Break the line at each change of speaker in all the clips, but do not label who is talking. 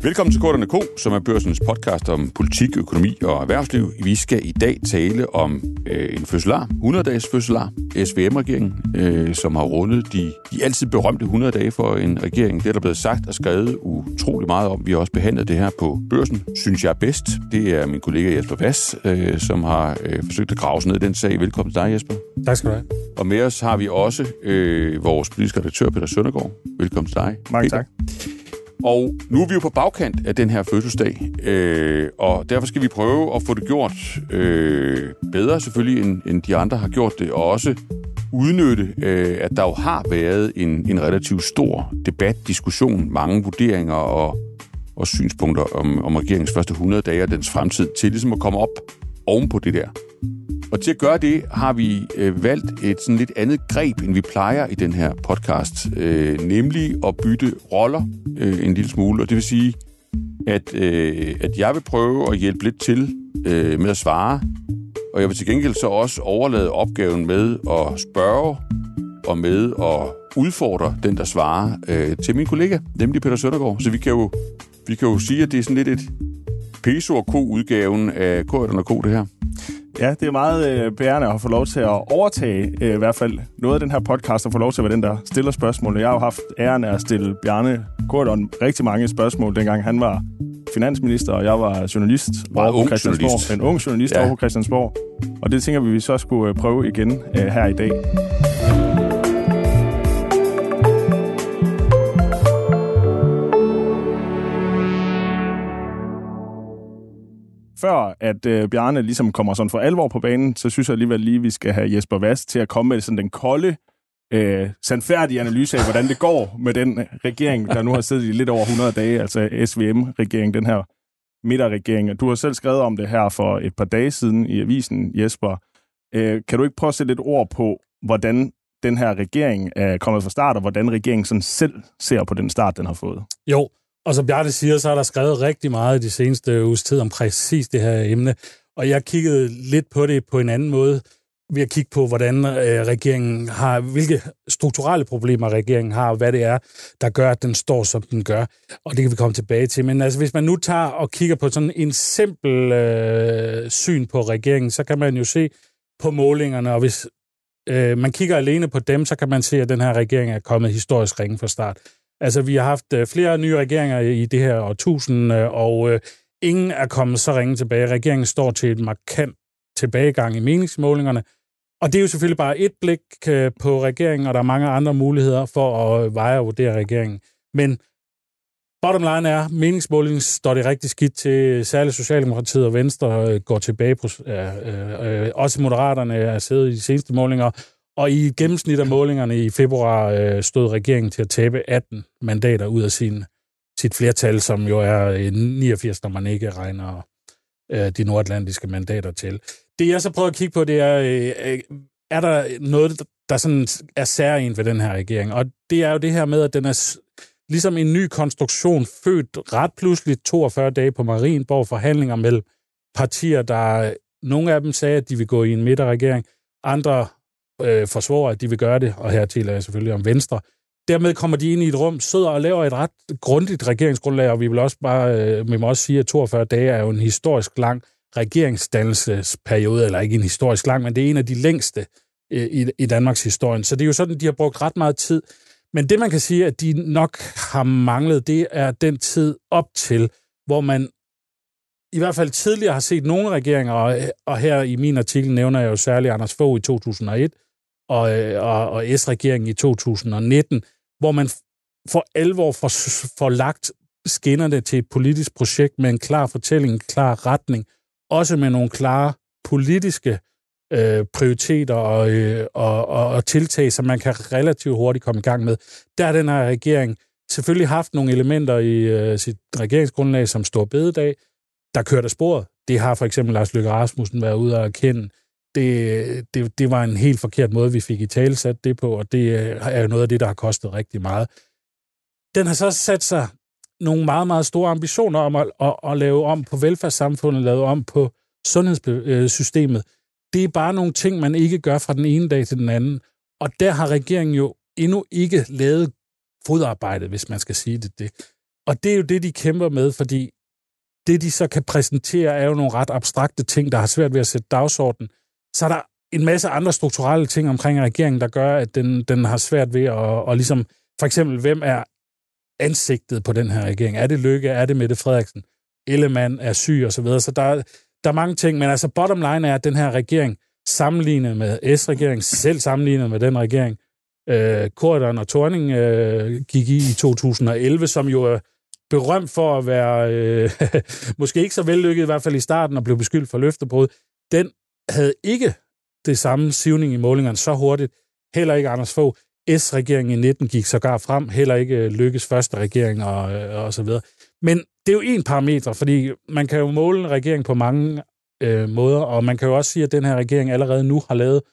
Velkommen til Korterne K, som er Børsens podcast om politik, økonomi og erhvervsliv. Vi skal i dag tale om en fødselar, 100-dages fødselar, SVM-regeringen, som har rundet de altid berømte 100 dage for en regering. Det er der blevet sagt og skrevet utrolig meget om. Vi har også behandlet det her på Børsen, synes jeg bedst. Det er min kollega Jesper Vass, som har forsøgt at grave sig ned i den sag. Velkommen til dig, Jesper.
Tak skal du have. Og
med os har vi også vores politiske redaktør, Peter Søndergaard. Velkommen til dig.
Mange tak.
Og nu er vi jo på bagkant af den her fødselsdag, og derfor skal vi prøve at få det gjort bedre selvfølgelig, end de andre har gjort det, og også udnytte, at der jo har været en relativt stor debat, diskussion, mange vurderinger og synspunkter om regeringens første 100 dage og dens fremtid, til ligesom at komme op oven på det der. Og til at gøre det, har vi valgt et sådan lidt andet greb, end vi plejer i den her podcast, nemlig at bytte roller en lille smule. Og det vil sige, at jeg vil prøve at hjælpe lidt til med at svare, og jeg vil til gengæld så også overlade opgaven med at spørge og med at udfordre den, der svarer, til min kollega, nemlig Peter Søndergaard. Så vi kan jo sige, at det er sådan lidt et peso og ko-udgaven af Korterne K, det her.
Ja, det er meget bærende at få lov til at overtage i hvert fald noget af den her podcast, og få lov til at være den, der stiller spørgsmål. Jeg har jo haft æren af at stille Bjarne Corydon rigtig mange spørgsmål, dengang han var finansminister, og jeg var journalist over på Christiansborg. En ung journalist over på Christiansborg. Og det tænker vi så skulle prøve igen her i dag. Før at Bjarne ligesom kommer sådan for alvor på banen, så synes jeg alligevel lige, vi skal have Jesper Vass til at komme med sådan den kolde, sandfærdige analyse af, hvordan det går med den regering, der nu har siddet i lidt over 100 dage, altså SVM-regeringen, den her midterregering. Du har selv skrevet om det her for et par dage siden i avisen, Jesper. Kan du ikke prøve at sætte lidt ord på, hvordan den her regering er kommet fra start, og hvordan regeringen sådan selv ser på den start, den har fået?
Jo. Og som Bjarne siger, så er der skrevet rigtig meget de seneste uges tid om præcis det her emne. Og jeg kiggede lidt på det på en anden måde, ved at kigge på, hvordan regeringen har, hvilke strukturelle problemer regeringen har, og hvad det er, der gør, at den står, som den gør. Og det kan vi komme tilbage til. Men altså, hvis man nu tager og kigger på sådan en simpel syn på regeringen, så kan man jo se på målingerne, og hvis man kigger alene på dem, så kan man se, at den her regering er kommet historisk ringe fra start. Altså, vi har haft flere nye regeringer i det her årtusind, og ingen er kommet så ringe tilbage. Regeringen står til et markant tilbagegang i meningsmålingerne, og det er jo selvfølgelig bare et blik på regeringen, og der er mange andre muligheder for at veje og vurdere regeringen. Men bottom line er, meningsmålingen står det rigtig skidt til, særligt Socialdemokratiet og Venstre går tilbage. Også Moderaterne er siddet i de seneste målinger, og i gennemsnit af målingerne i februar stod regeringen til at tabe 18 mandater ud af sit flertal, som jo er 89, når man ikke regner de nordatlantiske mandater til. Det jeg så prøver at kigge på, det er der noget, der sådan er særligt ved den her regering? Og det er jo det her med, at den er ligesom en ny konstruktion, født ret pludseligt 42 dage på Marienborg, forhandlinger mellem partier, der nogle af dem sagde, at de vil gå i en midterregering, andre forsvarer, at de vil gøre det, og her taler jeg selvfølgelig om Venstre. Dermed kommer de ind i et rum, sidder og laver et ret grundigt regeringsgrundlag, og vi må også sige, at 42 dage er jo en historisk lang regeringsdannelsesperiode, eller ikke en historisk lang, men det er en af de længste i Danmarks historie. Så det er jo sådan, de har brugt ret meget tid. Men det, man kan sige, at de nok har manglet, det er den tid op til, hvor man i hvert fald tidligere har set nogle regeringer, og her i min artikel nævner jeg jo særligt Anders Fogh i 2001, og S-regeringen i 2019, hvor man for alvor får lagt skinnerne til et politisk projekt med en klar fortælling, en klar retning, også med nogle klare politiske prioriteter og tiltag, som man kan relativt hurtigt komme i gang med. Der har den her regering selvfølgelig haft nogle elementer i sit regeringsgrundlag, som Store Bededag, der kørte af sporet. Det har for eksempel Lars Løkke Rasmussen været ude at erkende. Det var en helt forkert måde, vi fik i tale sat det på, og det er jo noget af det, der har kostet rigtig meget. Den har så sat sig nogle meget, meget store ambitioner om at lave om på velfærdssamfundet, lave om på sundhedssystemet. Det er bare nogle ting, man ikke gør fra den ene dag til den anden. Og der har regeringen jo endnu ikke lavet fodarbejdet, hvis man skal sige det. Og det er jo det, de kæmper med, fordi det, de så kan præsentere, er jo nogle ret abstrakte ting, der har svært ved at sætte dagsordenen. Så er der en masse andre strukturelle ting omkring regeringen, der gør, at den har svært ved at ligesom, for eksempel, hvem er ansigtet på den her regering? Er det Løkke? Er det Mette Frederiksen? Ellemann er syg og så videre. Så der er mange ting, men altså bottom line er, at den her regering, sammenlignet med S-regeringen, selv sammenlignet med den regering, Corydon og Thorning gik i 2011, som jo er berømt for at være måske ikke så vellykket, i hvert fald i starten, og blev beskyldt for løftebrud. Den havde ikke det samme sivning i målingerne så hurtigt. Heller ikke Anders Fogh. S-regeringen i 19 gik sågar frem. Heller ikke Løkkes første regering og så videre. Men det er jo en parameter, fordi man kan jo måle en regering på mange måder, og man kan jo også sige, at den her regering allerede nu har lavet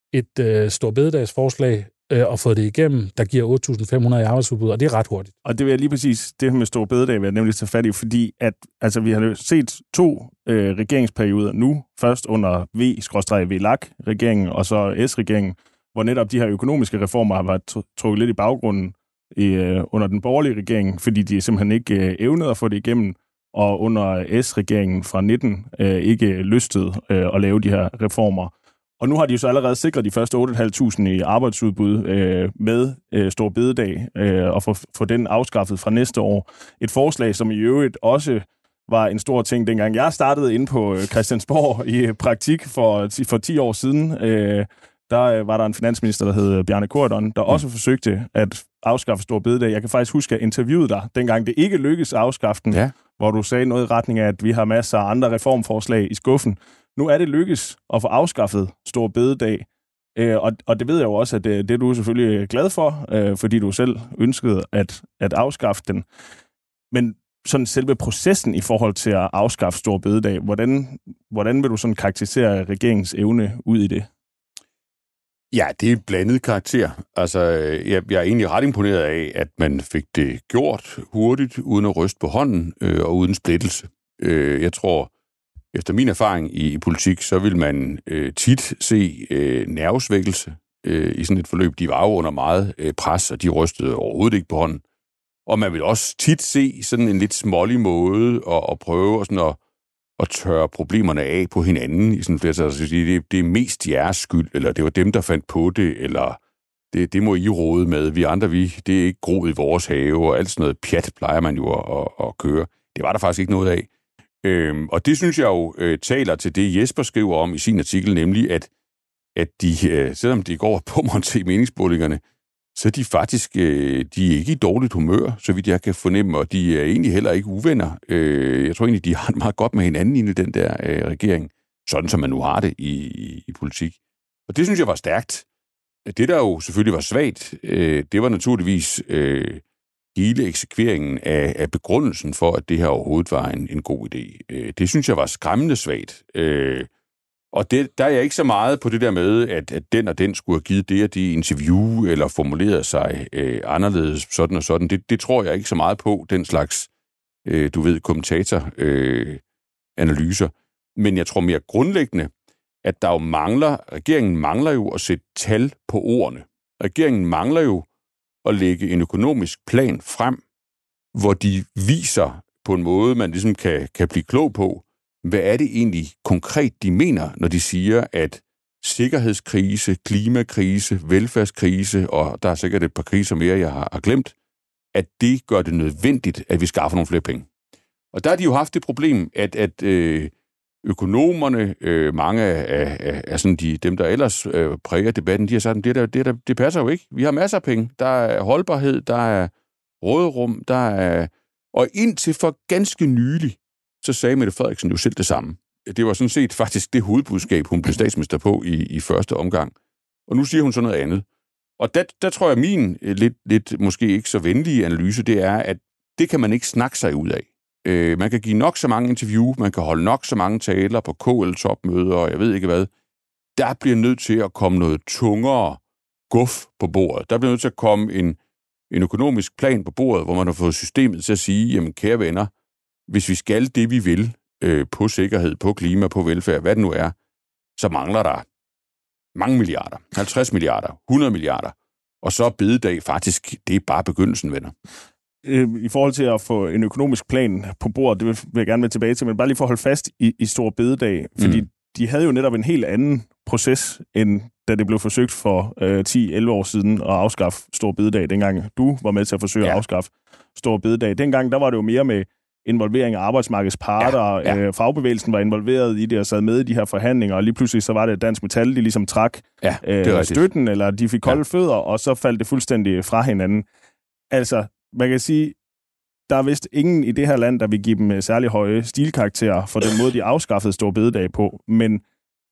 et storbededagsforslag og fået det igennem, der giver 8.500 i arbejdsudbud, og det er ret hurtigt.
Og det vil jeg lige præcis, det med store bededag vil jeg nemlig tage fat i, fordi at, altså, vi har set 2 regeringsperioder nu, først under V-VLAK-regeringen, og så S-regeringen, hvor netop de her økonomiske reformer har været trukket lidt i baggrunden under den borgerlige regering, fordi de simpelthen ikke evnede at få det igennem, og under S-regeringen fra 19 ikke lystede at lave de her reformer. Og nu har de jo så allerede sikret de første 8.500 i arbejdsudbud med store bededag og få den afskaffet fra næste år. Et forslag, som i øvrigt også var en stor ting, dengang jeg startede inde på Christiansborg i praktik for 10 år siden. Der var der en finansminister, der hed Bjarne Corydon, der også forsøgte at afskaffe store bededag. Jeg kan faktisk huske, at jeg interviewede dig, dengang det ikke lykkedes at afskaffe den, hvor du sagde noget i retning af, at vi har masser af andre reformforslag i skuffen. Nu er det lykkes at få afskaffet stor bededag, og det ved jeg jo også, at det er du selvfølgelig glad for, fordi du selv ønskede at afskaffe den. Men sådan selve processen i forhold til at afskaffe stor bededag, hvordan vil du sådan karakterisere regeringens evne ud i det?
Ja, det er et blandet karakter. Altså, jeg er egentlig ret imponeret af, at man fik det gjort hurtigt, uden at ryste på hånden og uden splittelse. Jeg tror, efter min erfaring i politik, så vil man tit se nervesvækkelse i sådan et forløb. De var jo under meget pres, og de rystede overhovedet ikke på hånden. Og man vil også tit se sådan en lidt smålig måde at prøve at tørre problemerne af på hinanden i sådan et flertal. Altså, det er mest jeres skyld, eller det var dem, der fandt på det, eller det må I råde med. Vi andre, det er ikke groet i vores have, og alt sådan noget pjat plejer man jo at køre. Det var der faktisk ikke noget af. Og det synes jeg jo taler til det, Jesper skriver om i sin artikel, nemlig at de, selvom de går på mig til meningsmålingerne, så er de faktisk de er ikke i dårligt humør, så vidt jeg kan fornemme, og de er egentlig heller ikke uvenner. Jeg tror egentlig, de har meget godt med hinanden inde i den der regering, sådan som man nu har det i politik. Og det synes jeg var stærkt. Det, der jo selvfølgelig var svagt, det var naturligvis hele eksekveringen af begrundelsen for, at det her overhovedet var en god idé. Det synes jeg var skræmmende svagt. Og der er jeg ikke så meget på det der med, at den og den skulle have givet det og det interview, eller formuleret sig anderledes, sådan og sådan. Det tror jeg ikke så meget på, den slags, kommentatoranalyser. Men jeg tror mere grundlæggende, at der jo regeringen mangler jo at sætte tal på ordene. Regeringen mangler jo at lægge en økonomisk plan frem, hvor de viser på en måde, man ligesom kan blive klog på, hvad er det egentlig konkret, de mener, når de siger, at sikkerhedskrise, klimakrise, velfærdskrise, og der er sikkert et par kriser mere, jeg har glemt, at det gør det nødvendigt, at vi skaffer nogle flere penge. Og der har de jo haft det problem, at økonomerne, mange af sådan dem, der ellers præger debatten, de har sagt, det passer jo ikke. Vi har masser af penge. Der er holdbarhed, der er råderum, og indtil for ganske nylig, så sagde Mette Frederiksen jo selv det samme. Det var sådan set faktisk det hovedbudskab, hun blev statsminister på i første omgang. Og nu siger hun så noget andet. Og der tror jeg, min lidt måske ikke så venlige analyse, det er, at det kan man ikke snakke sig ud af. Man kan give nok så mange interview, man kan holde nok så mange taler på KL-topmøder, og jeg ved ikke hvad. Der bliver nødt til at komme noget tungere guf på bordet. Der bliver nødt til at komme en økonomisk plan på bordet, hvor man har fået systemet til at sige, jamen kære venner, hvis vi skal det, vi vil, på sikkerhed, på klima, på velfærd, hvad det nu er, så mangler der mange milliarder. 50 milliarder, 100 milliarder. Og så er bededag faktisk, det er bare begyndelsen, venner.
i forhold til at få en økonomisk plan på bordet, det vil jeg gerne være tilbage til, men bare lige for at holde fast i Store Bededag, fordi de havde jo netop en helt anden proces, end da det blev forsøgt for 10-11 år siden at afskaffe Store Bededag, dengang du var med til at forsøge at afskaffe Store Bededag. Dengang, der var det jo mere med involvering af arbejdsmarkedets parter, fagbevægelsen var involveret i det og sad med i de her forhandlinger, og lige pludselig så var det Dansk Metal, de ligesom trak støtten, eller de fik kolde fødder, og så faldt det fuldstændig fra hinanden. Altså, man kan sige, der er vist ingen i det her land, der vil give dem særlig høje stilkarakterer for den måde, de afskaffede Store Bededag på, men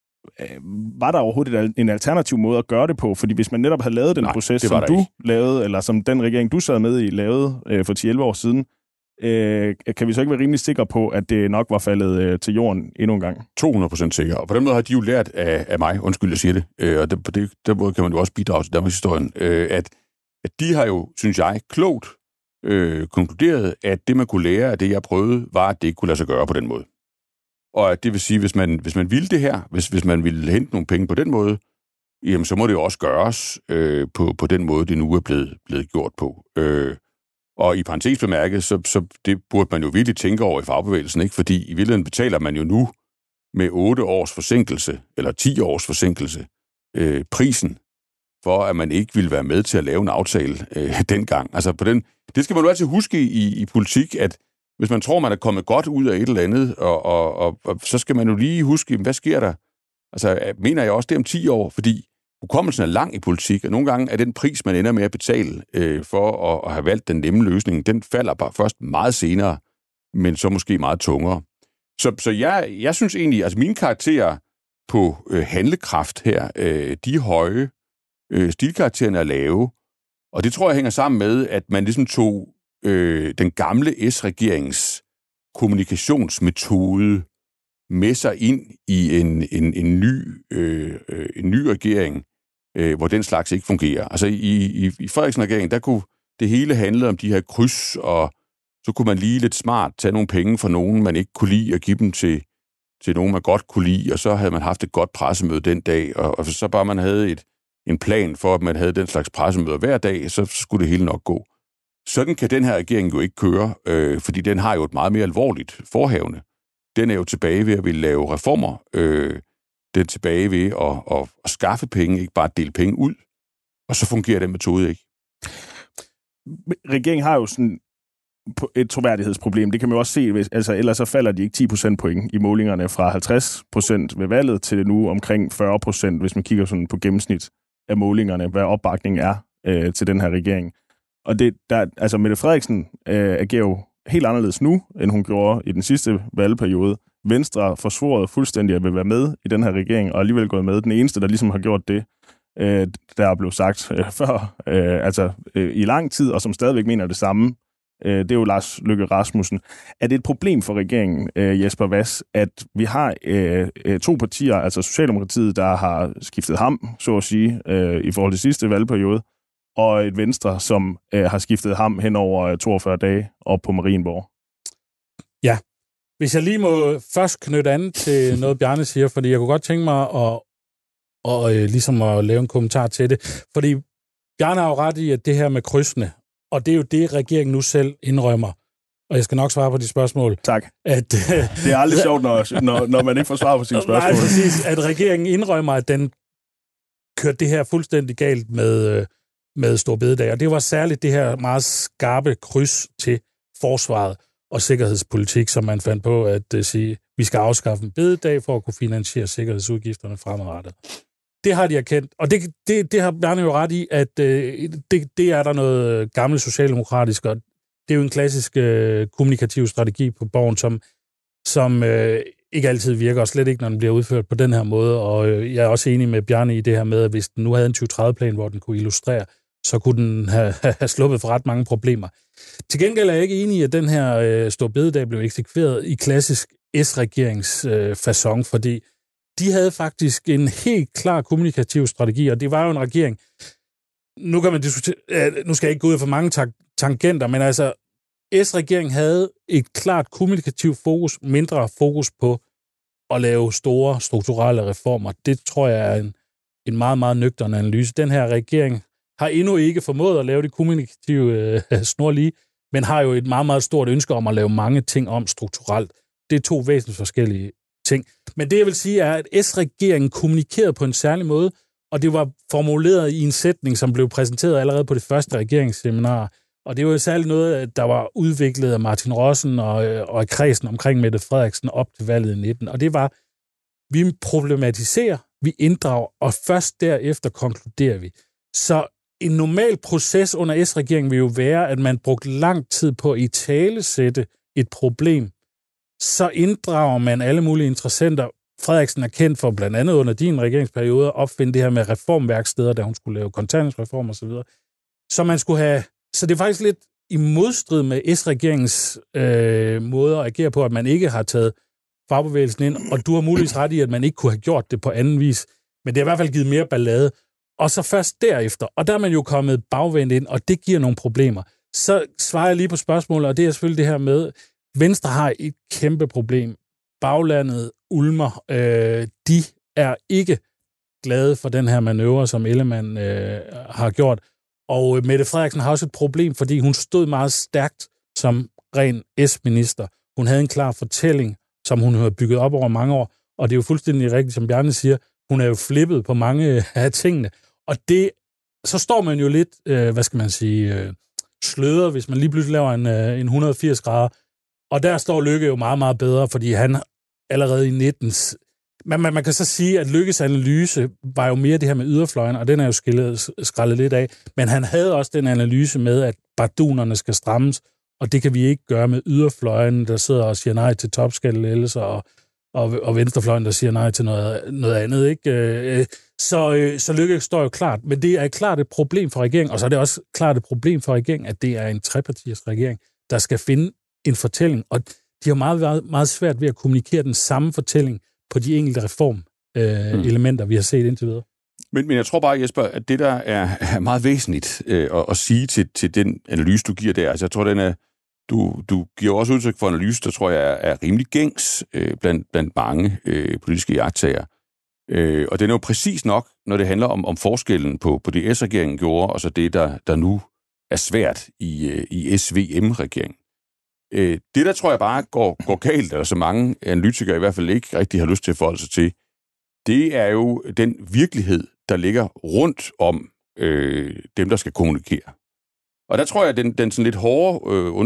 var der overhovedet en alternativ måde at gøre det på? Fordi hvis man netop havde lavet den proces, som du lavede, eller som den regering, du sad med i, lavede for 10-11 år siden, kan vi så ikke være rimelig sikre på, at det nok var faldet til jorden endnu en gang?
200% sikker. Og på den måde har de jo lært af mig, undskyld, jeg siger det, og på den måde kan man jo også bidrage til Danmarks historien, at de har jo, synes jeg, klogt konkluderet, at det, man kunne lære af det, jeg prøvede, var, at det ikke kunne lade sig gøre på den måde. Og at det vil sige, hvis man ville det her, hvis man ville hente nogle penge på den måde, jamen så må det jo også gøres på den måde, det nu er blevet gjort på. Og i parentes bemærket, så det burde man jo virkelig tænke over i fagbevægelsen, ikke? Fordi i virkeligheden betaler man jo nu med 8 års forsinkelse, eller 10 års forsinkelse, prisen for, at man ikke ville være med til at lave en aftale dengang. Altså det skal man jo altid huske i politik, at hvis man tror, man er kommet godt ud af et eller andet, og så skal man jo lige huske, hvad sker der? Altså, mener jeg også det om 10 år, fordi hukommelsen er lang i politik, og nogle gange er den pris, man ender med at betale for at have valgt den nemme løsning, den falder bare først meget senere, men så måske meget tungere. Så jeg synes egentlig, altså mine karakterer på handlekraft her, de er høje, stilkaraktererne er lave, og det tror jeg hænger sammen med, at man ligesom tog den gamle S-regerings kommunikationsmetode med sig ind i en ny regering, hvor den slags ikke fungerer. Altså i Frederiksen-regeringen, der kunne det hele handle om de her kryds, og så kunne man lige lidt smart tage nogle penge fra nogen, man ikke kunne lide, og give dem til nogen, man godt kunne lide, og så havde man haft et godt pressemøde den dag, og så bare man havde en plan for, at man havde den slags pressemøder hver dag, så skulle det hele nok gå. Sådan kan den her regering jo ikke køre, fordi den har jo et meget mere alvorligt forhavne. Den er jo tilbage ved at ville lave reformer. Den er tilbage ved at skaffe penge, ikke bare dele penge ud. Og så fungerer den metode ikke.
Regeringen har jo sådan et troværdighedsproblem. Det kan man jo også se, altså ellers så falder de ikke 10 procentpoint i målingerne fra 50% ved valget til nu omkring 40%, hvis man kigger sådan på gennemsnit af målingerne, hvad opbakningen er til den her regering. Og altså Mette Frederiksen agerer jo helt anderledes nu, end hun gjorde i den sidste valgperiode. Venstre forsvoret fuldstændig at vil være med i den her regering, og alligevel gået med. Den eneste, der ligesom har gjort det, der er blevet sagt før, i lang tid, og som stadigvæk mener det samme, det er jo Lars Løkke Rasmussen. Er det et problem for regeringen, Jesper Vass, at vi har 2 partier, altså Socialdemokratiet, der har skiftet ham, så at sige, i forhold til sidste valgperiode, og et Venstre, som har skiftet ham hen over 42 dage op på Marienborg?
Ja. Hvis jeg lige må først knytte an til noget, Bjarne siger, fordi jeg kunne godt tænke mig ligesom at lave en kommentar til det. Fordi Bjarne har jo ret i, at det her med krydsene, og det er jo det, regeringen nu selv indrømmer. Og jeg skal nok svare på de spørgsmål.
Tak. Det er aldrig sjovt, når man ikke får svar på sine spørgsmål.
Nej, præcis. At regeringen indrømmer, at den kørte det her fuldstændig galt med Store Bededag. Og det var særligt det her meget skarpe kryds til forsvaret og sikkerhedspolitik, som man fandt på at sige, vi skal afskaffe en bededag for at kunne finansiere sikkerhedsudgifterne fremadrettet. Det har de erkendt, og det har Bjarne jo ret i, at det er der noget gammelt socialdemokratisk, og det er jo en klassisk kommunikativ strategi på borgen, som ikke altid virker, og slet ikke, når den bliver udført på den her måde, og jeg er også enig med Bjarne i det her med, at hvis den nu havde en 2030-plan, hvor den kunne illustrere, så kunne den have sluppet for ret mange problemer. Til gengæld er jeg ikke enig i, at den her Store Bededag blev eksekveret i klassisk S-regerings facon, fordi de havde faktisk en helt klar kommunikativ strategi, og det var jo en regering. Nu kan man diskutere, nu skal jeg ikke gå ud af for mange tangenter, men altså S-regeringen havde et klart kommunikativt fokus, mindre fokus på at lave store strukturelle reformer. Det tror jeg er en meget, meget nøgtern analyse. Den her regering har endnu ikke formået at lave det kommunikative snor lige, men har jo et meget, meget stort ønske om at lave mange ting om strukturelt. Det er 2 væsentligt forskellige ting. Men det, jeg vil sige, er, at S-regeringen kommunikerede på en særlig måde, og det var formuleret i en sætning, som blev præsenteret allerede på det første regeringsseminar. Og det var jo særligt noget, der var udviklet af Martin Rossen og af kredsen omkring Mette Frederiksen op til valget i 19. Og det var, vi problematiserer, vi inddrager, og først derefter konkluderer vi. Så en normal proces under S-regeringen vil jo være, at man brugte lang tid på at italesætte et problem. Så inddrager man alle mulige interessenter. Frederiksen er kendt for blandt andet under din regeringsperiode at opfinde det her med reformværksteder, da hun skulle lave kontanthjælpsreform og så videre. Så det er faktisk lidt i modstrid med S-regeringens måde at agere på, at man ikke har taget fagbevægelsen ind, og du har muligvis ret i, at man ikke kunne have gjort det på anden vis. Men det har i hvert fald givet mere ballade. Og så først derefter, og der er man jo kommet bagvendt ind, og det giver nogle problemer. Så svarer jeg lige på spørgsmålet, og det er selvfølgelig det her med, Venstre har et kæmpe problem. Baglandet ulmer. De er ikke glade for den her manøvre, som Ellemann har gjort. Og Mette Frederiksen har også et problem, fordi hun stod meget stærkt som ren S-minister. Hun havde en klar fortælling, som hun havde bygget op over mange år, og det er jo fuldstændig rigtigt, som Bjarne siger, hun er jo flippet på mange af tingene. Og så står man jo lidt, sløret, hvis man lige pludselig laver en 180 grader. Og der står Løkke jo meget, meget bedre, fordi han allerede i 19... Man kan så sige, at Løkkes analyse var jo mere det her med yderfløjen, og den er jo skrællet lidt af. Men han havde også den analyse med, at bardunerne skal strammes, og det kan vi ikke gøre med yderfløjen, der sidder og siger nej til topskattelettelser, og venstrefløjen, der siger nej til noget andet. Ikke? Så Løkke står jo klart, men det er klart et problem for regeringen, og så er det også klart et problem for regeringen, at det er en trepartiers regering, der skal finde en fortælling, og de har meget, meget svært ved at kommunikere den samme fortælling på de enkelte reformelementer, vi har set indtil videre.
Men jeg tror bare, Jesper, at det, der er meget væsentligt at sige til den analyse, du giver der, altså jeg tror, den er, du giver også udtryk for analyse, der tror jeg er rimelig gængs blandt mange politiske iagttagere. Og den er jo præcis nok, når det handler om forskellen på det S-regeringen gjorde, og så det, der nu er svært i SVM-regeringen. Det, der tror jeg bare går galt, og så mange analytikere i hvert fald ikke rigtig har lyst til at forholde sig til, det er jo den virkelighed, der ligger rundt om dem, der skal kommunikere. Og der tror jeg, at den sådan lidt hårde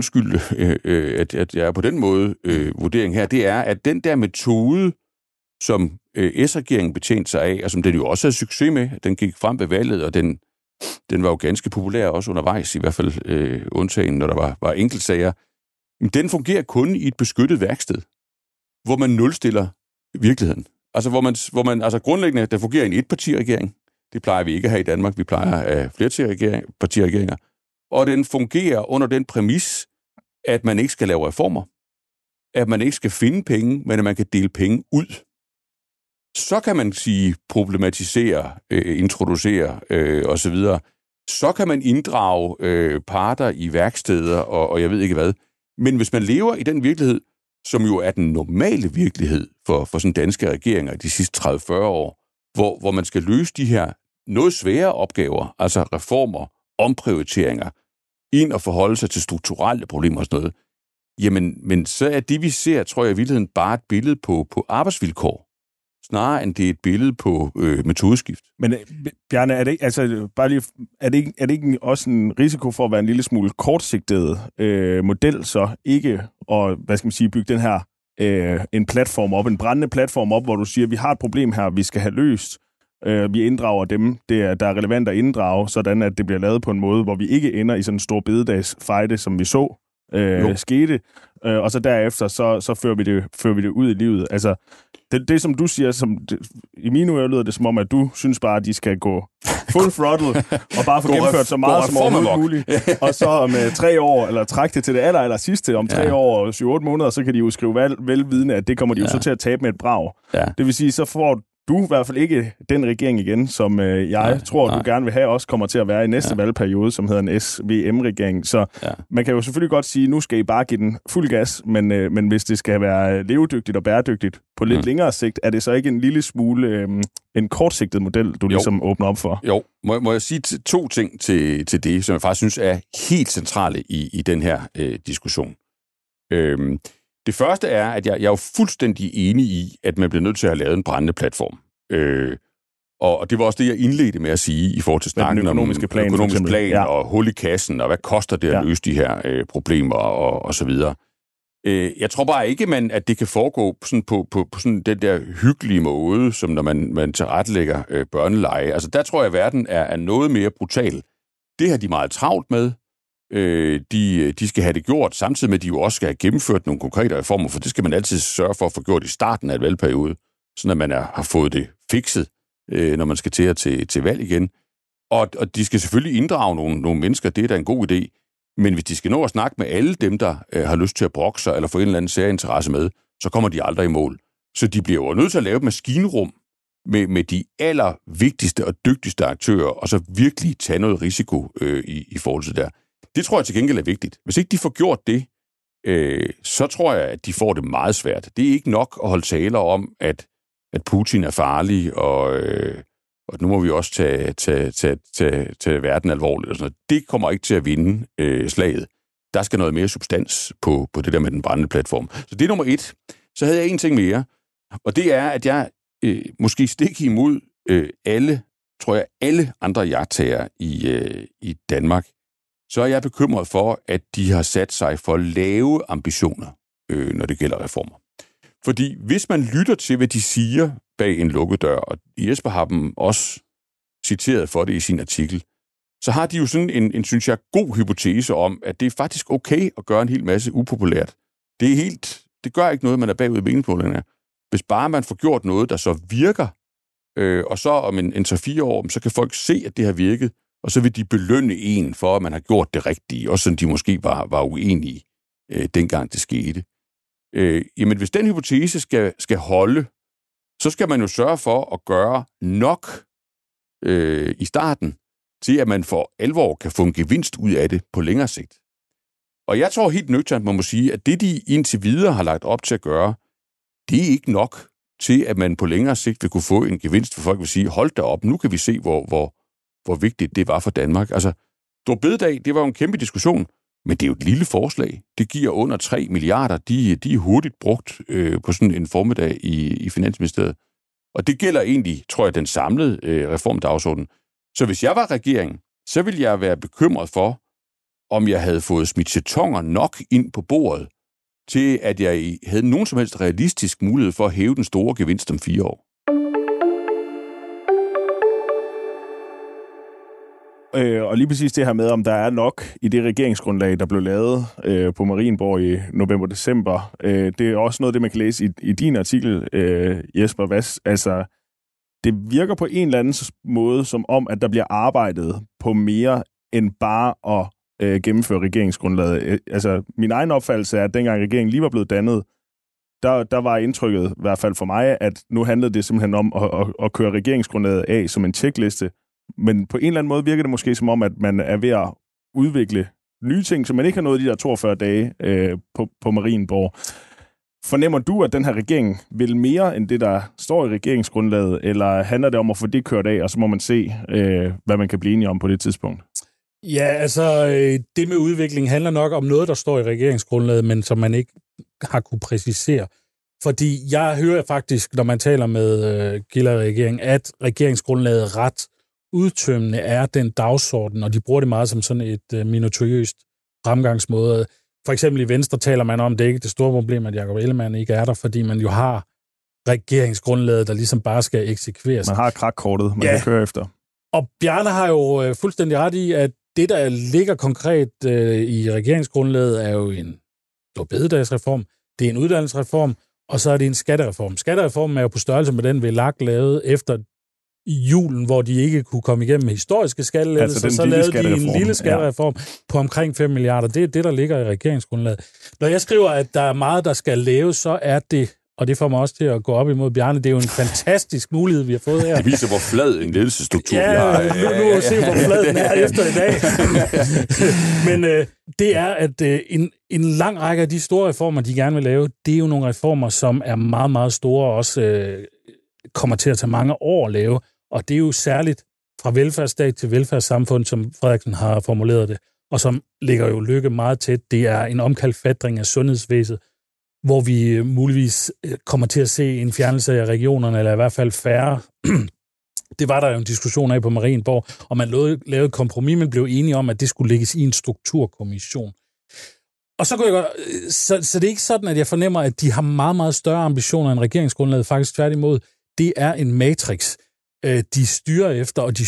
at jeg er på den måde vurdering her, det er, at den der metode, som S-regeringen betjente sig af, og som den jo også havde succes med, den gik frem ved valget, og den var jo ganske populær også undervejs, i hvert fald undtagen, når der var enkeltsager. Den fungerer kun i et beskyttet værksted, hvor man nulstiller virkeligheden. Altså hvor man grundlæggende, der fungerer i en etpartiregering. Det plejer vi ikke at have i Danmark. Vi plejer at have flerpartiregeringer. Og den fungerer under den præmis, at man ikke skal lave reformer. At man ikke skal finde penge, men at man kan dele penge ud. Så kan man sige problematisere, introducere osv. Så kan man inddrage parter i værksteder og jeg ved ikke hvad. Men hvis man lever i den virkelighed, som jo er den normale virkelighed for sådan danske regeringer de sidste 30-40 år, hvor man skal løse de her noget svære opgaver, altså reformer, omprioriteringer, ind og forholde sig til strukturelle problemer og sådan noget, jamen, men så er det, vi ser, tror jeg i virkeligheden, bare et billede på arbejdsvilkår, snarere end det er et billede på metodeskift.
Men Bjarne, er det ikke også en risiko for at være en lille smule kortsigtet model, så ikke at, bygge den her en platform op, en brændende platform op, hvor du siger, vi har et problem her, vi skal have løst, vi inddrager dem, der er relevant at inddrage, sådan at det bliver lavet på en måde, hvor vi ikke ender i sådan en stor bededagsfejde, som vi så skete, og så derefter, så fører vi det ud i livet. Altså, det som du siger, i mine ører lyder det som om, at du synes bare, at de skal gå full throttle, og bare få gennemført så meget som overhovedet muligt. Og så om 3 år, eller trække det til det aller sidste, om 3 år og 7-8 måneder, så kan de jo skrive velvidende, at det kommer de jo så til at tabe med et brag. Ja. Det vil sige, så får du er i hvert fald ikke den regering igen, som jeg tror, du gerne vil have, også kommer til at være i næste valgperiode, som hedder en SVM-regering. Så man kan jo selvfølgelig godt sige, nu skal I bare give den fuld gas, men hvis det skal være levedygtigt og bæredygtigt på lidt længere sigt, er det så ikke en lille smule en kortsigtet model, du ligesom åbner op for?
Jo, må jeg sige 2 ting til det, som jeg faktisk synes er helt centrale i den her diskussion. Det første er, at jeg er jo fuldstændig enig i, at man bliver nødt til at have lavet en brændende platform. Og det var også det, jeg indledte med at sige i forhold til snakken om økonomisk plan og hul i kassen, og hvad koster det at løse de her problemer og så videre. Jeg tror bare ikke, at det kan foregå sådan på sådan den der hyggelige måde, som når man tilrettelægger børneleje. Altså der tror jeg, at verden er noget mere brutal. Det har de meget travlt med. De skal have det gjort, samtidig med, at de jo også skal have gennemført nogle konkrete reformer, for det skal man altid sørge for at få gjort i starten af et valgperiode, sådan at man har fået det fikset, når man skal til valg igen. Og de skal selvfølgelig inddrage nogle mennesker, det er da en god idé, men hvis de skal nå at snakke med alle dem, der har lyst til at brokke sig, eller få en eller anden særinteresse med, så kommer de aldrig i mål. Så de bliver jo nødt til at lave et maskinrum med de allervigtigste og dygtigste aktører, og så virkelig tage noget risiko i forhold til det der. Det tror jeg til gengæld er vigtigt. Hvis ikke de får gjort det, så tror jeg, at de får det meget svært. Det er ikke nok at holde taler om, at Putin er farlig, og nu må vi også tage verden alvorligt. Og sådan noget. Det kommer ikke til at vinde slaget. Der skal noget mere substans på det der med den brændende platform. Så det er nummer 1. Så havde jeg en ting mere, og det er, at jeg måske stikker imod alle andre jagttagere i Danmark, så er jeg bekymret for, at de har sat sig for lave ambitioner, når det gælder reformer. Fordi hvis man lytter til, hvad de siger bag en lukket dør, og Jesper har dem også citeret for det i sin artikel, så har de jo sådan en synes jeg, god hypotese om, at det er faktisk okay at gøre en hel masse upopulært. Det gør ikke noget, man er bagud i meningsmålingerne. Hvis bare man får gjort noget, der så virker, og så om en 3-4 år, så kan folk se, at det har virket, og så vil de belønne en for, at man har gjort det rigtige, også sådan de måske var uenige, dengang det skete. Jamen, hvis den hypotese skal holde, så skal man jo sørge for at gøre nok i starten, til at man for alvor kan få en gevinst ud af det på længere sigt. Og jeg tror helt nøgternt, man må sige, at det, de indtil videre har lagt op til at gøre, det er ikke nok til, at man på længere sigt vil kunne få en gevinst, for folk vil sige, hold da op, nu kan vi se, hvor vigtigt det var for Danmark. Altså, Store Bededag, det var jo en kæmpe diskussion, men det er jo et lille forslag. Det giver under 3 milliarder. De er hurtigt brugt på sådan en formiddag i Finansministeriet. Og det gælder egentlig, tror jeg, den samlede reformdagsorden. Så hvis jeg var regering, så ville jeg være bekymret for, om jeg havde fået smidt jetoner nok ind på bordet, til at jeg havde nogen som helst realistisk mulighed for at hæve den store gevinst om 4 år.
Og lige præcis det her med, om der er nok i det regeringsgrundlag, der blev lavet på Marienborg i november-december. Det er også noget, det man kan læse i din artikel, Jesper Vass. Altså, det virker på en eller anden måde som om, at der bliver arbejdet på mere end bare at gennemføre regeringsgrundlaget. Altså, min egen opfattelse er, at dengang regeringen lige var blevet dannet, der var indtrykket, i hvert fald for mig, at nu handlede det simpelthen om at køre regeringsgrundlaget af som en tjekliste. Men på en eller anden måde virker det måske som om, at man er ved at udvikle nye ting, så man ikke har nået de der 42 dage på Marienborg. Fornemmer du, at den her regering vil mere end det, der står i regeringsgrundlaget, eller handler det om at få det kørt af, og så må man se, hvad man kan blive enige om på det tidspunkt?
Ja, altså det med udvikling handler nok om noget, der står i regeringsgrundlaget, men som man ikke har kunne præcisere. Fordi jeg hører faktisk, når man taler med Giller-regeringen, at regeringsgrundlaget ret udtømmende er den dagsorden, og de bruger det meget som sådan et minutiøst fremgangsmåde. For eksempel i Venstre taler man om, det er ikke det store problem, at Jakob Ellemann ikke er der, fordi man jo har regeringsgrundlaget, der ligesom bare skal eksekveres.
Man har krakkortet, man kan køre efter.
Og Bjarne har jo fuldstændig ret i, at det, der ligger konkret i regeringsgrundlaget, er jo en bededagsreform, det er en uddannelsesreform, og så er det en skattereform. Skattereformen er jo på størrelse med den, VLAK lavede efter julen, hvor de ikke kunne komme igennem med historiske skattelettelser, så lavede de en lille skattereform på omkring 5 milliarder. Det er det, der ligger i regeringsgrundlaget. Når jeg skriver, at der er meget, der skal laves, så er det og det får mig også til at gå op imod Bjarne. Det er jo en fantastisk mulighed, vi har fået her.
Det viser, hvor flad en ledelsesstruktur vi
har. Ja, nu se, hvor flad den er efter i dag. Men det er, at en lang række af de store reformer, de gerne vil lave, det er jo nogle reformer, som er meget, meget store, og også kommer til at tage mange år at lave. Og det er jo særligt fra velfærdsstat til velfærdssamfund, som Frederiksen har formuleret det, og som ligger jo Løkke meget tæt. Det er en omkalfatring af sundhedsvæsenet, hvor vi muligvis kommer til at se en fjernelse af regionerne, eller i hvert fald færre. Det var der jo en diskussion af på Marienborg, og man lavede et kompromis, men blev enige om, at det skulle lægges i en strukturkommission. Og så kunne jeg godt, så det er ikke sådan, at jeg fornemmer, at de har meget, meget større ambitioner end regeringsgrundlaget. Faktisk tværtimod, det er en matrix, de styrer efter, og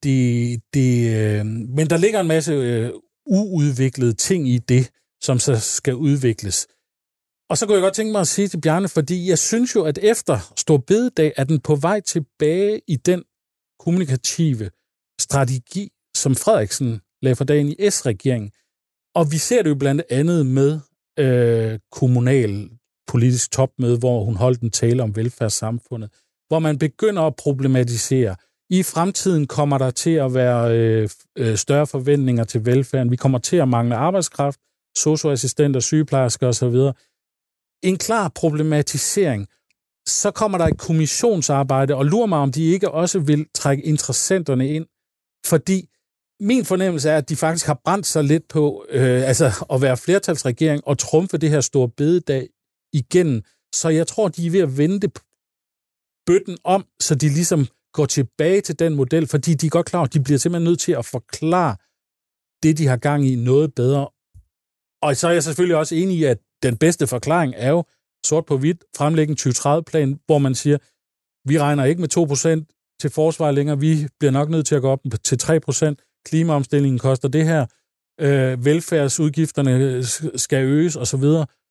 men der ligger en masse uudviklede ting i det, som så skal udvikles. Og så kunne jeg godt tænke mig at sige til Bjarne, fordi jeg synes jo, at efter Store Bededag er den på vej tilbage i den kommunikative strategi, som Frederiksen lagde for dagen i S-regeringen. Og vi ser det jo blandt andet med kommunal politisk topmøde, hvor hun holdt en tale om velfærdssamfundet, hvor man begynder at problematisere. I fremtiden kommer der til at være større forventninger til velfærden. Vi kommer til at mangle arbejdskraft, sosu-assistenter, sygeplejersker osv. En klar problematisering. Så kommer der et kommissionsarbejde, og lurer mig, om de ikke også vil trække interessenterne ind. Fordi min fornemmelse er, at de faktisk har brændt sig lidt på at være flertalsregering og trumfe det her Store Bededag igennem. Så jeg tror, de er ved at vende bøtten om, så de ligesom går tilbage til den model, fordi de er godt klar, at de bliver simpelthen nødt til at forklare det, de har gang i, noget bedre. Og så er jeg selvfølgelig også enig i, at den bedste forklaring er jo sort på hvidt, fremlægge en 2030-plan, hvor man siger, vi regner ikke med 2% til forsvar længere, vi bliver nok nødt til at gå op til 3%, klimaomstillingen koster det her, velfærdsudgifterne skal øges osv.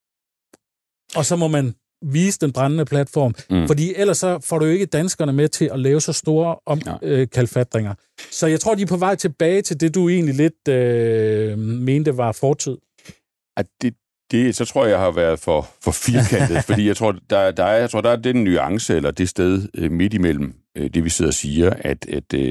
Og så må man vise den brændende platform, fordi ellers så får du jo ikke danskerne med til at lave så store kalfatringer. Så jeg tror, de er på vej tilbage til det, du egentlig lidt mente var fortid.
Så tror jeg har været for firkantet, fordi jeg tror, der er den nuance, eller det sted midt imellem det, vi sidder og siger, at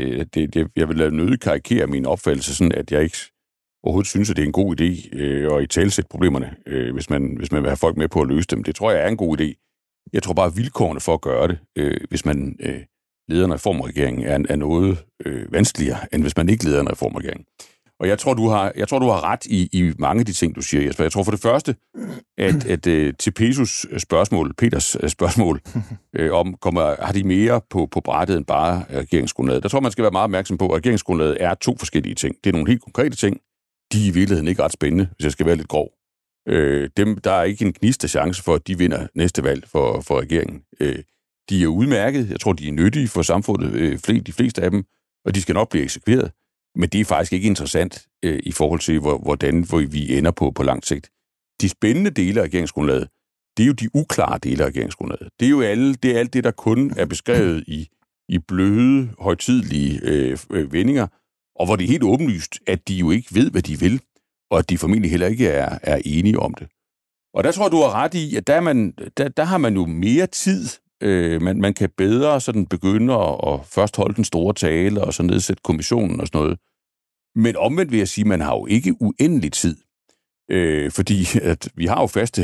jeg vil lade nødigt karikere min opfattelse, sådan at jeg ikke overhovedet synes, at det er en god idé at italesætte problemerne, hvis man vil have folk med på at løse dem. Det tror jeg er en god idé. Jeg tror bare, at vilkårene for at gøre det, hvis man leder en reformregering, er noget vanskeligere, end hvis man ikke leder en reformregering. Og jeg tror, du har ret i mange af de ting, du siger, Jesper. Jeg tror for det første, at til Peters spørgsmål om, har de mere på brættet end bare regeringsgrundlaget. Der tror man skal være meget opmærksom på, at regeringsgrundlaget er 2 forskellige ting. Det er nogle helt konkrete ting. De er i virkeligheden ikke ret spændende, hvis jeg skal være lidt grov. Der er ikke en gnist af chance for, at de vinder næste valg for regeringen. De er udmærket. Jeg tror, de er nyttige for samfundet, de fleste af dem, og de skal nok blive eksekveret. Men det er faktisk ikke interessant i forhold til, hvordan vi ender på lang sigt. De spændende dele af regeringsgrundlaget, det er jo de uklare dele af regeringsgrundlaget. Det er jo alt det, der kun er beskrevet i bløde, højtidelige vendinger, og hvor det er helt åbenlyst, at de jo ikke ved, hvad de vil, og at de formentlig heller ikke er enige om det. Og der tror jeg, du har ret i, at der har man jo mere tid. Man kan bedre sådan begynde at først holde den store tale, og så nedsætte kommissionen og sådan noget. Men omvendt vil jeg sige, at man har jo ikke uendelig tid. Fordi at vi har jo faste,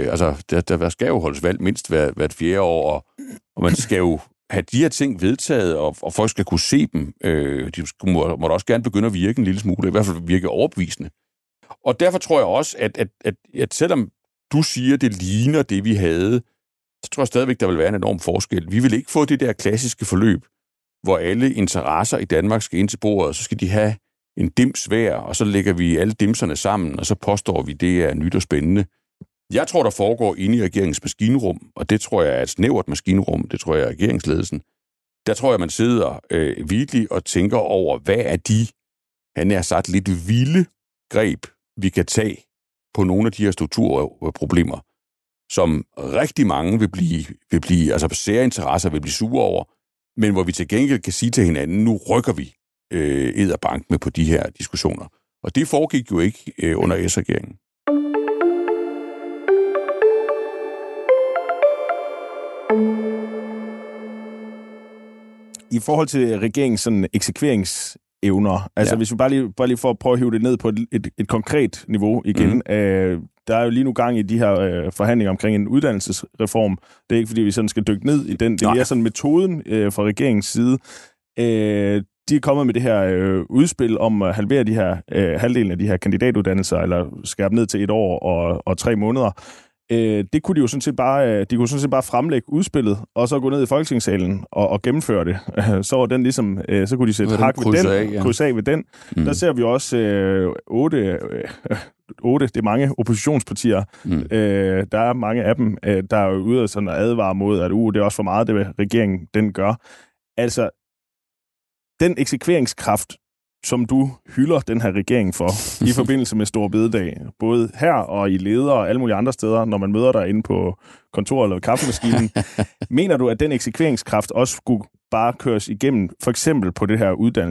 der skal jo holdes valg mindst hvert 4. år, og man skal jo have de her ting vedtaget, og folk skal kunne se dem. De må da også gerne begynde at virke en lille smule, i hvert fald virke overbevisende. Og derfor tror jeg også, at selvom du siger, det ligner det, vi havde, så tror jeg stadigvæk, der vil være en enorm forskel. Vi vil ikke få det der klassiske forløb, hvor alle interesser i Danmark skal ind til bordet, og så skal de have en dims hver, og så lægger vi alle dimserne sammen, og så påstår vi, det er nyt og spændende. Jeg tror, der foregår inde i regeringens maskinrum, og det tror jeg er et snævert maskinrum, det tror jeg er regeringsledelsen. Der tror jeg, man sidder virkelig og tænker over, hvad er de, han har sagt, lidt vilde greb, vi kan tage på nogle af de her strukturproblemer, som rigtig mange vil blive altså særinteresser vil blive sure over, men hvor vi til gengæld kan sige til hinanden, nu rykker vi edderbank med på de her diskussioner. Og det foregik jo ikke under S-regeringen.
I forhold til regeringens sådan eksekveringsevner, altså hvis vi bare lige for at prøve at hive det ned på et konkret niveau igen, der er jo lige nu gang i de her forhandlinger omkring en uddannelsesreform. Det er ikke, fordi vi sådan skal dykke ned i den. Det er sådan metoden fra regeringens side. De er kommet med det her udspil om at halvere de her halvdelen af de her kandidatuddannelser, eller skærpe ned til 1 år og 3 måneder. Det kunne de jo sådan set bare fremlægge udspillet, og så gå ned i Folketingssalen og gennemføre det. Så var den ligesom, så kunne de sætte hak ved den, kryds af ved den. Der ser vi også 8, det er mange oppositionspartier. Der er mange af dem, der er jo ude og sådan at advare mod, at det er også for meget, det regeringen den gør. Altså, den eksekveringskraft, som du hylder den her regering for, i forbindelse med Store Bededag, både her og i leder og alle mulige andre steder, når man møder dig inde på kontoret eller kaffemaskinen, mener du, at den eksekveringskraft også skulle bare køres igennem, for eksempel på det her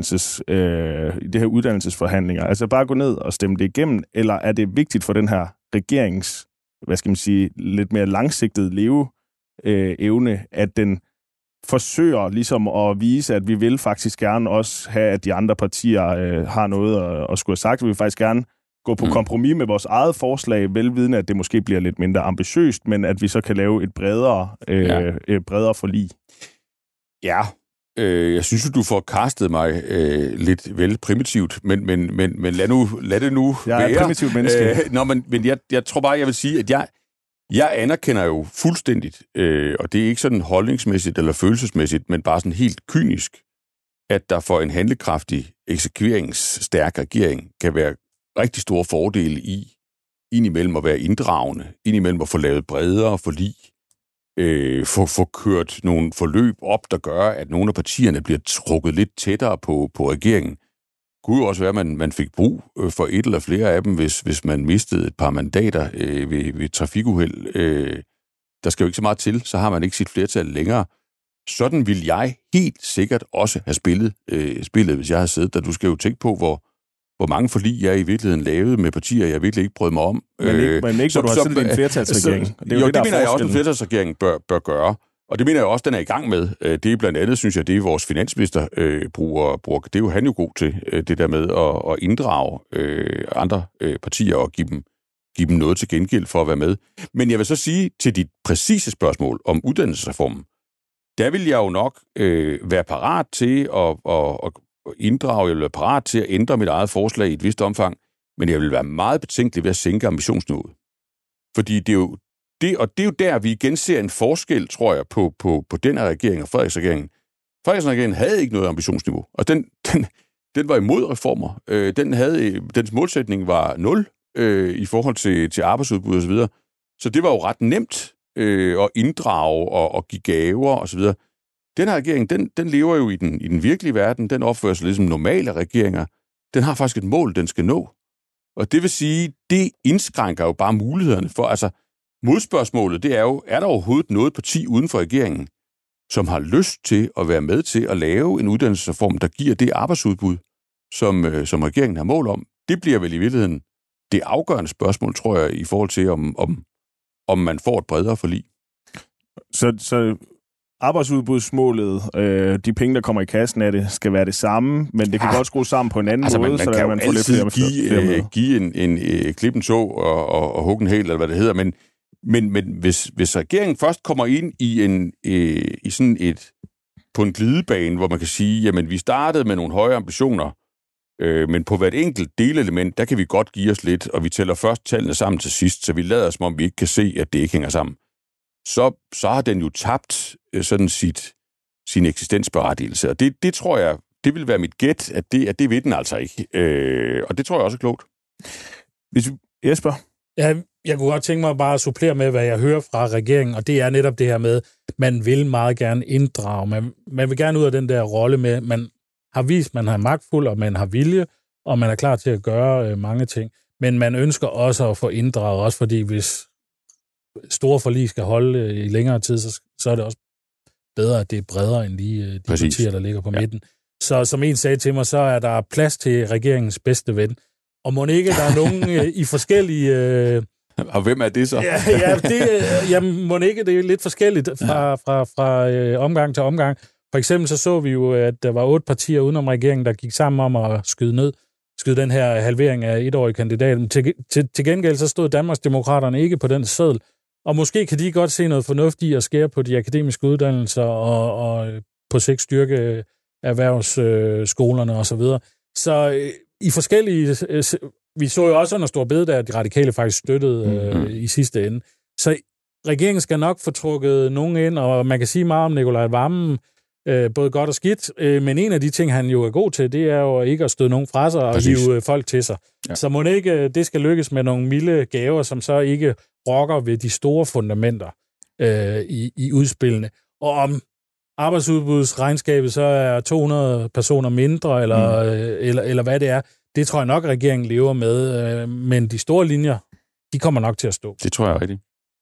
uddannelsesforhandlinger? Altså bare gå ned og stemme det igennem, eller er det vigtigt for den her regerings, lidt mere langsigtede leveevne, at den forsøger ligesom at vise, at vi vil faktisk gerne også have, at de andre partier har noget at skulle have sagt. Vi vil faktisk gerne gå på kompromis med vores eget forslag, velvidende, at det måske bliver lidt mindre ambitiøst, men at vi så kan lave et bredere forlig. Ja,
jeg synes, du får kastet mig lidt vel primitivt, men lad det nu være.
Jeg er et primitivt menneske.
Men jeg tror bare, jeg vil sige, at jeg anerkender jo fuldstændigt, og det er ikke sådan holdningsmæssigt eller følelsesmæssigt, men bare sådan helt kynisk, at der for en handlekraftig, eksekveringsstærk regering kan være rigtig store fordele i indimellem at være inddragende, indimellem at få lavet bredere forlig, få kørt nogle forløb op, der gør, at nogle af partierne bliver trukket lidt tættere på regeringen. Det kunne jo også være, at man fik brug for et eller flere af dem, hvis man mistede et par mandater ved trafikuheld. Der skal jo ikke så meget til, så har man ikke sit flertal længere. Sådan vil jeg helt sikkert også have spillet, hvis jeg havde siddet der. Du skal jo tænke på, hvor mange forlig jeg i virkeligheden lavede med partier, jeg virkelig ikke brød mig om.
Men ikke, hvor du har siddet i en flertalsregering.
Det mener jeg også, en flertalsregering bør gøre. Og det mener jeg også, den er i gang med. Det er blandt andet, synes jeg, det er vores finansminister bruger. Det er jo han jo god til, det der med at inddrage andre partier og give dem noget til gengæld for at være med. Men jeg vil så sige til dit præcise spørgsmål om uddannelsesreformen, der vil jeg jo nok være parat til at inddrage, eller være parat til at ændre mit eget forslag i et vist omfang, men jeg vil være meget betænkelig ved at sænke ambitionsniveauet. Fordi det er jo der, vi igen ser en forskel, tror jeg, på den her regering og Frederiksregeringen. Frederiksregeringen havde ikke noget ambitionsniveau, og den var imod reformer. Dens målsætning var 0 i forhold til arbejdsudbud osv. Så det var jo ret nemt at inddrage og give gaver osv. Den her regering, den lever jo i den virkelige verden. Den opfører sig ligesom normale regeringer. Den har faktisk et mål, den skal nå. Og det vil sige, det indskrænker jo bare mulighederne for, altså modspørgsmålet, det er jo, er der overhovedet noget parti uden for regeringen, som har lyst til at være med til at lave en uddannelsesreform, der giver det arbejdsudbud, som regeringen har mål om? Det bliver vel i virkeligheden det afgørende spørgsmål, tror jeg, i forhold til, om man får et bredere forlig.
Så arbejdsudbudsmålet, de penge, der kommer i kassen af det, skal være det samme, men det kan godt skrues sammen på en anden måde, så man får lidt flere
give en klippen tog og hugge en hæl, eller hvad det hedder, men hvis regeringen først kommer ind i sådan på en glidebane, hvor man kan sige, jamen vi startede med nogle høje ambitioner, men på hvert enkelt delelement, der kan vi godt give os lidt, og vi tæller først tallene sammen til sidst, så vi lader som om vi ikke kan se, at det ikke hænger sammen. Så har den jo tabt sådan sin eksistensberettigelse. Og det tror jeg, det vil være mit gæt, at det ved den altså ikke. Og det tror jeg også er klogt.
Jesper?
Ja, jeg kunne godt tænke mig bare at supplere med, hvad jeg hører fra regeringen, og det er netop det her med, man vil meget gerne inddrage. Man vil gerne ud af den der rolle med, man har vist, man har magtfuld, og man har vilje, og man er klar til at gøre mange ting. Men man ønsker også at få inddraget, også fordi hvis store forlig skal holde i længere tid, så er det også bedre, at det er bredere end de partier, der ligger på midten. Så som en sagde til mig, så er der plads til regeringens bedste ven. Og må ikke, der er nogen i forskellige...
Og hvem er det så?
Må ikke, det er lidt forskelligt fra omgang til omgang. For eksempel så vi jo, at der var 8 partier udenom regeringen, der gik sammen om at skyde den her halvering af etårige kandidaten. Til gengæld så stod Danmarksdemokraterne ikke på den seddel, og måske kan de godt se noget fornuft i at skære på de akademiske uddannelser og på sigt styrke erhvervsskolerne osv. Så i forskellige... Vi så jo også under Store Bededag, at de radikale faktisk støttede i sidste ende. Så regeringen skal nok få trukket nogen ind, og man kan sige meget om Nicolai Wammen, både godt og skidt, men en af de ting, han jo er god til, det er jo ikke at støde nogen fra sig og hive folk til sig. Ja. Så må det ikke, det skal lykkes med nogle milde gaver, som så ikke rokker ved de store fundamenter i udspillene. Og om arbejdsudbudsregnskabet så er 200 personer mindre, eller hvad det er, det tror jeg nok, regeringen lever med, men de store linjer, de kommer nok til at stå.
Det tror jeg rigtigt.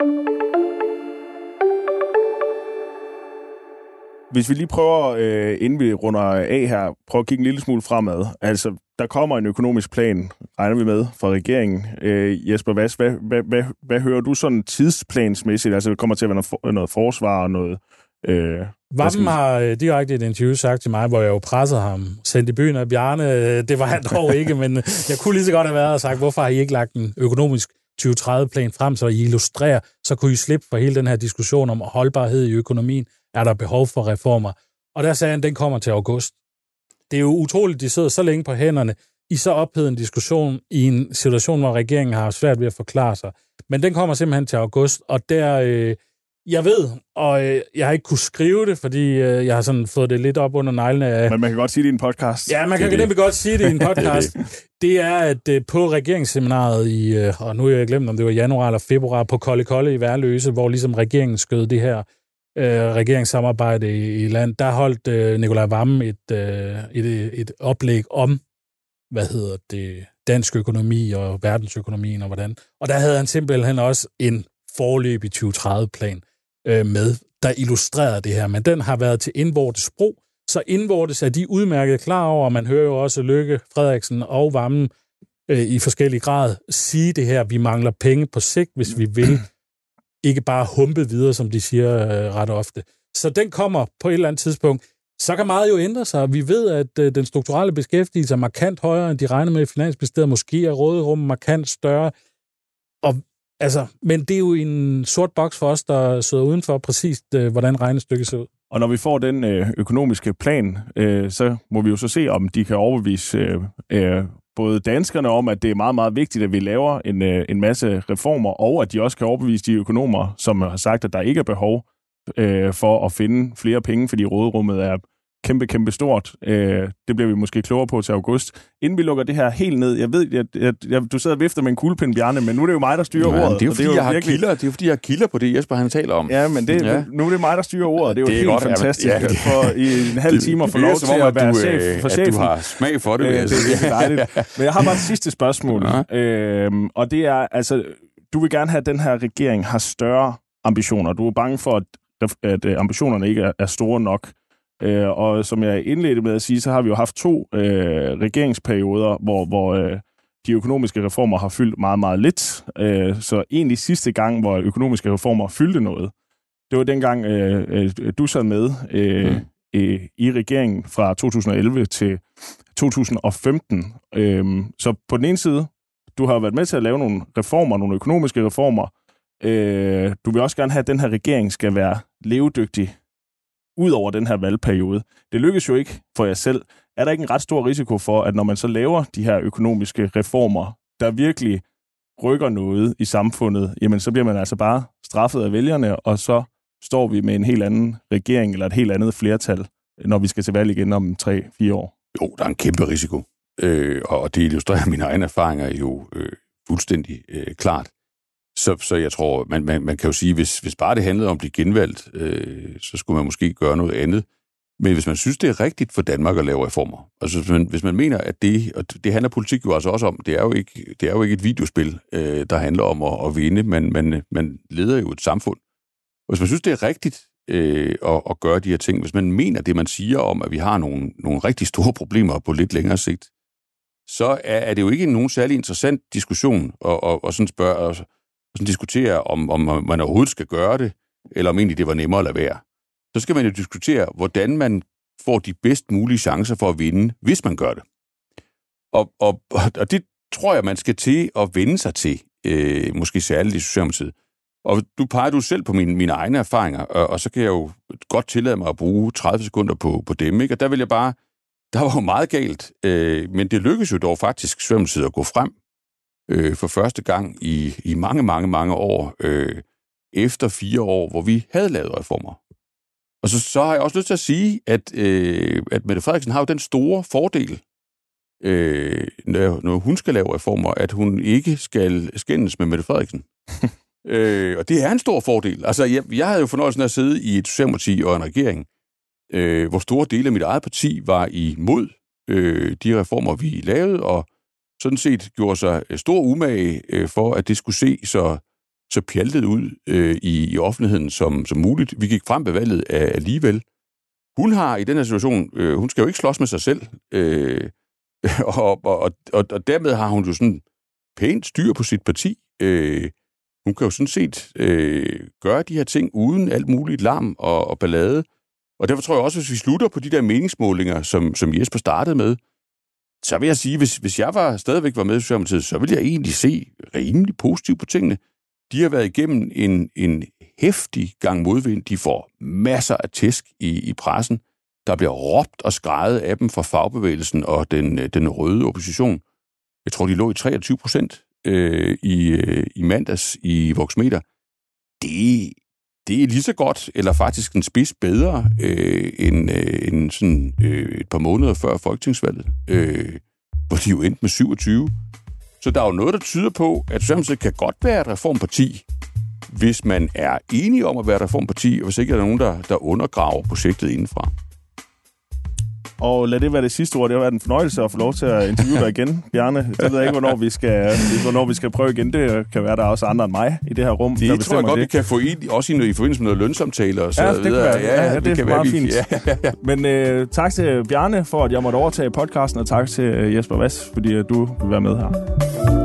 Hvis vi lige prøver, inden vi runder af her, prøver at kigge en lille smule fremad. Altså, der kommer en økonomisk plan, regner vi med, fra regeringen. Jesper Vass, hvad hører du sådan tidsplansmæssigt? Altså, det kommer til at være noget forsvar og noget...
Wammen har direkte i et interview sagt til mig, hvor jeg jo pressede ham, sendt i byen af Bjarne. Det var han dog ikke, men jeg kunne lige så godt have været og sagt, hvorfor har I ikke lagt en økonomisk 2030-plan frem, så I illustrerer, så kunne I slippe for hele den her diskussion om holdbarhed i økonomien. Er der behov for reformer? Og der sagde han, den kommer til august. Det er jo utroligt, de sidder så længe på hænderne i så ophedet en diskussion i en situation, hvor regeringen har svært ved at forklare sig. Men den kommer simpelthen til august, og der... Jeg ved, og jeg har ikke kunne skrive det, fordi jeg har sådan fået det lidt op under neglene af...
Men man kan godt sige det i en podcast.
Ja, man kan nemlig godt sige det i en podcast. Det er, at på regeringsseminaret i, og nu har jeg glemt, om det var januar eller februar, på Kolle i Værløse, hvor ligesom regeringen skød det her regeringssamarbejde i land, der holdt Nicolai Wammen et oplæg om, dansk økonomi og verdensøkonomien og hvordan. Og der havde han simpelthen også en foreløbig 2030-plan med, der illustrerede det her. Men den har været til indvortes brug, så indvortes er de udmærket klar over, og man hører jo også Løkke Frederiksen og Wammen i forskellige grad sige det her, vi mangler penge på sigt, hvis vi vil ikke bare humpe videre, som de siger ret ofte. Så den kommer på et eller andet tidspunkt. Så kan meget jo ændre sig. Vi ved, at den strukturelle beskæftigelse er markant højere, end de regner med i Finansministeriet. Måske er råderummet markant større. Men det er jo en sort boks for os, der sidder udenfor præcis, hvordan regnestykket ser ud. Og når vi får den økonomiske plan, så må vi jo så se, om de kan overbevise både danskerne om, at det er meget, meget vigtigt, at vi laver en masse reformer, og at de også kan overbevise de økonomer, som har sagt, at der ikke er behov for at finde flere penge, fordi råderummet er kæmpe stort. Det bliver vi måske klogere på til august. Inden vi lukker det her helt ned, jeg ved, du sidder og vifter med en kuglepind, Bjarne, men nu er det jo mig, der styrer ordet.
Det er jo fordi, jeg har kilder på det, Jesper han taler om.
Ja, men nu er det mig, der styrer ordet. Det er jo helt godt, fantastisk. For i en halv time at få lov til at være chef for chefen.
Du har smag for det.
Det er virkelig dejligt. Men jeg har bare et sidste spørgsmål. Og det er, altså, du vil gerne have, at den her regering har større ambitioner. Du er bange for, at ambitionerne ikke er store nok. Og som jeg indledte med at sige, så har vi jo haft 2 regeringsperioder, hvor de økonomiske reformer har fyldt meget, meget lidt. Så egentlig sidste gang, hvor økonomiske reformer fyldte noget, det var dengang, du sad med i regeringen fra 2011 til 2015. Så på den ene side, du har været med til at lave nogle reformer, nogle økonomiske reformer. Du vil også gerne have, at den her regering skal være levedygtig ud over den her valgperiode. Det lykkes jo ikke for jer selv. Er der ikke en ret stor risiko for, at når man så laver de her økonomiske reformer, der virkelig rykker noget i samfundet, jamen så bliver man altså bare straffet af vælgerne, og så står vi med en helt anden regering eller et helt andet flertal, når vi skal til valg igen om 3-4 år?
Jo, der er en kæmpe risiko. Og det illustrerer mine egne erfaringer jo fuldstændig klart. Så jeg tror, man kan jo sige, hvis bare det handlede om at blive genvalgt, så skulle man måske gøre noget andet. Men hvis man synes, det er rigtigt for Danmark at lave reformer, altså hvis man mener, at og det handler politik jo altså også om, det er jo ikke et videospil, der handler om at vinde, man leder jo et samfund. Hvis man synes, det er rigtigt at gøre de her ting, hvis man mener det, man siger om, at vi har nogle rigtig store problemer på lidt længere sigt, så er det jo ikke nogen særlig interessant diskussion og sådan spørge og sådan diskutere, om man overhovedet skal gøre det, eller om egentlig det var nemmere at lade være. så skal man jo diskutere, hvordan man får de bedst mulige chancer for at vinde, hvis man gør det. Og det tror jeg, man skal til at vende sig til, måske særligt i Socialdemokratiet. Og du peger selv på mine egne erfaringer, og så kan jeg jo godt tillade mig at bruge 30 sekunder på dem, ikke? Og der vil jeg bare, der var jo meget galt, men det lykkedes jo dog faktisk Socialdemokratiet at gå frem for første gang i mange, mange, mange år, efter 4 år, hvor vi havde lavet reformer. Og så har jeg også lyst til at sige, at Mette Frederiksen har jo den store fordel, når hun skal lave reformer, at hun ikke skal skændes med Mette Frederiksen. Og det er en stor fordel. Altså, jeg havde jo fornøjelsen af at sidde i et Socialdemokrati og en regering, hvor store dele af mit eget parti var imod de reformer, vi lavede, og sådan set gjorde sig stor umage for, at det skulle se så pjaltet ud i offentligheden som muligt. Vi gik frem ved valget alligevel. Hun har i den her situation, hun skal jo ikke slås med sig selv, og dermed har hun jo sådan pænt styr på sit parti. Hun kan jo sådan set gøre de her ting uden alt muligt larm og ballade. Og derfor tror jeg også, hvis vi slutter på de der meningsmålinger, som Jesper startede med, så vil jeg sige, hvis jeg stadigvæk var med i Socialdemokratiet, så vil jeg egentlig se rimelig positivt på tingene. De har været igennem en heftig gang modvind. De får masser af tæsk i pressen. Der bliver råbt og skreget af dem fra fagbevægelsen og den røde opposition. Jeg tror, de lå i 23% i mandags i Voxmeter. Det er lige så godt, eller faktisk en spids bedre, end sådan et par måneder før folketingsvalget, hvor de jo endte med 27. Så der er jo noget, der tyder på, at Socialdemokratiet kan godt være et reformparti, hvis man er enige om at være et reformparti, og hvis ikke er der nogen, der undergraver projektet indenfra.
Og lad det være det sidste ord. Det har været en fornøjelse at få lov til at interviewe dig igen, Bjarne. Jeg ved ikke, hvornår vi skal prøve igen. Det kan være, der er også andre end mig i det her rum.
Det tror jeg godt, vi kan få også i forbindelse med noget lønsamtaler og så
videre. Det kan være. Ja, det kan være fint.
Ja.
Men tak til Bjarne for, at jeg måtte overtage podcasten, og tak til Jesper Vass, fordi du vil være med her.